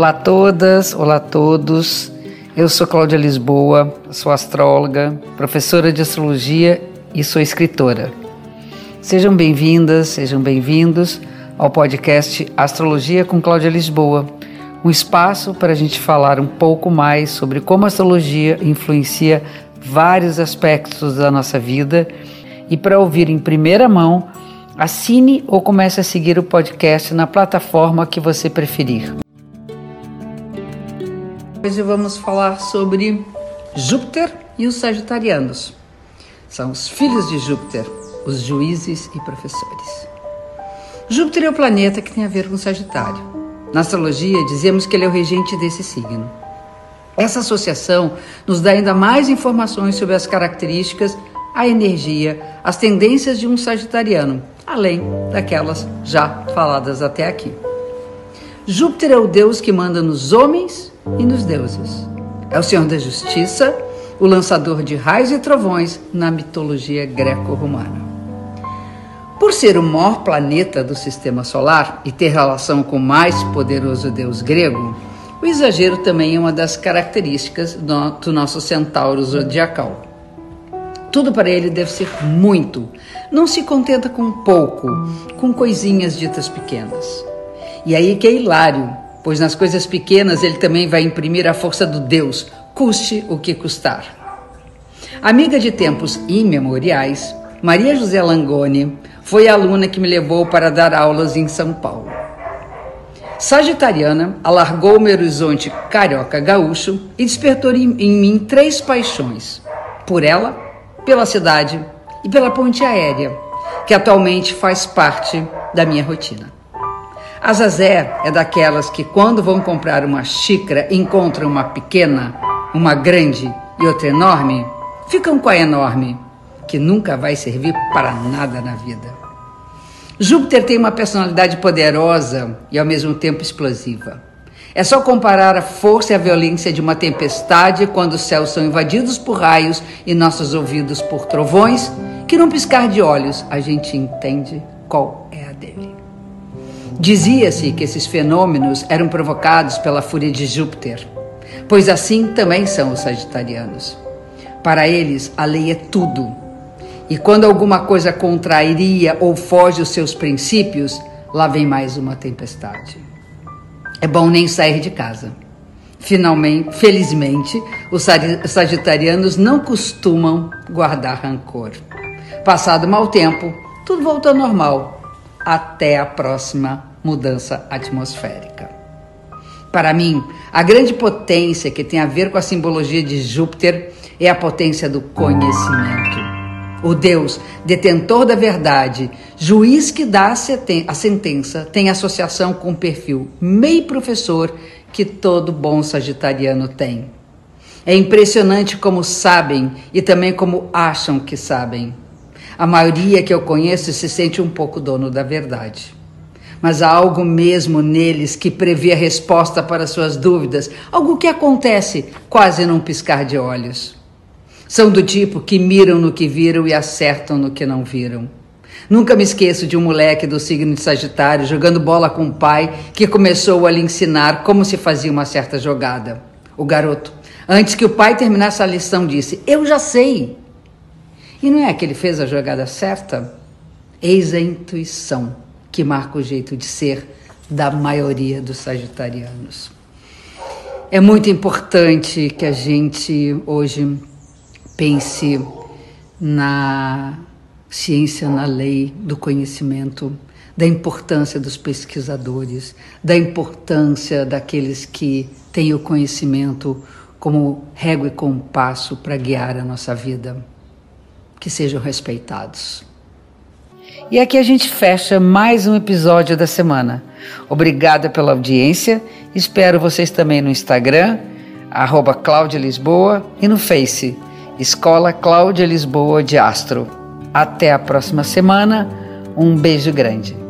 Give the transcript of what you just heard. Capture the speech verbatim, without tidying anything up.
Olá a todas, olá a todos. Eu sou Cláudia Lisboa, sou astróloga, professora de astrologia e sou escritora. Sejam bem-vindas, sejam bem-vindos ao podcast Astrologia com Cláudia Lisboa, um espaço para a gente falar um pouco mais sobre como a astrologia influencia vários aspectos da nossa vida. E para ouvir em primeira mão, assine ou comece a seguir o podcast na plataforma que você preferir. Hoje vamos falar sobre Júpiter e os sagitarianos. São os filhos de Júpiter, os juízes e professores. Júpiter é o planeta que tem a ver com Sagitário. Na astrologia, dizemos que ele é o regente desse signo. Essa associação nos dá ainda mais informações sobre as características, a energia, as tendências de um sagitariano, além daquelas já faladas até aqui. Júpiter é o deus que manda nos homens e nos deuses. É o senhor da justiça, o lançador de raios e trovões na mitologia greco-romana. Por ser o maior planeta do sistema solar e ter relação com o mais poderoso deus grego, o exagero também é uma das características do, do nosso centauro zodiacal. Tudo para ele deve ser muito, não se contenta com pouco, com coisinhas ditas pequenas. E aí que é hilário, pois nas coisas pequenas ele também vai imprimir a força do Deus, custe o que custar. Amiga de tempos imemoriais, Maria José Langoni foi a aluna que me levou para dar aulas em São Paulo. Sagitariana, alargou o meu horizonte carioca gaúcho e despertou em, em mim três paixões. Por ela, pela cidade e pela ponte aérea, que atualmente faz parte da minha rotina. A Zazé é daquelas que quando vão comprar uma xícara encontram uma pequena, uma grande e outra enorme, ficam com a enorme, que nunca vai servir para nada na vida. Júpiter tem uma personalidade poderosa e ao mesmo tempo explosiva. É só comparar a força e a violência de uma tempestade quando os céus são invadidos por raios e nossos ouvidos por trovões, que num piscar de olhos a gente entende qual é a dele. Dizia-se que esses fenômenos eram provocados pela fúria de Júpiter, pois assim também são os sagitarianos. Para eles, a lei é tudo. E quando alguma coisa contraria ou foge os seus princípios, lá vem mais uma tempestade. É bom nem sair de casa. Finalmente, felizmente, os sagitarianos não costumam guardar rancor. Passado mau tempo, tudo volta ao normal, até a próxima mudança atmosférica. Para mim, a grande potência que tem a ver com a simbologia de Júpiter é a potência do conhecimento. O Deus, detentor da verdade, juiz que dá a sentença, tem associação com o perfil meio professor que todo bom sagitariano tem. É impressionante como sabem e também como acham que sabem. A maioria que eu conheço se sente um pouco dono da verdade. Mas há algo mesmo neles que prevê a resposta para suas dúvidas, algo que acontece quase num piscar de olhos. São do tipo que miram no que viram e acertam no que não viram. Nunca me esqueço de um moleque do signo de Sagitário jogando bola com o pai que começou a lhe ensinar como se fazia uma certa jogada. O garoto, antes que o pai terminasse a lição, disse: "Eu já sei." E não é que ele fez a jogada certa? Eis a intuição que marca o jeito de ser da maioria dos sagitarianos. É muito importante que a gente hoje pense na ciência, na lei do conhecimento, da importância dos pesquisadores, da importância daqueles que têm o conhecimento como régua e compasso para guiar a nossa vida. Que sejam respeitados. E aqui a gente fecha mais um episódio da semana. Obrigada pela audiência. Espero vocês também no Instagram, arroba Cláudia Lisboa, e no Face, Escola Cláudia Lisboa de Astro. Até a próxima semana. Um beijo grande.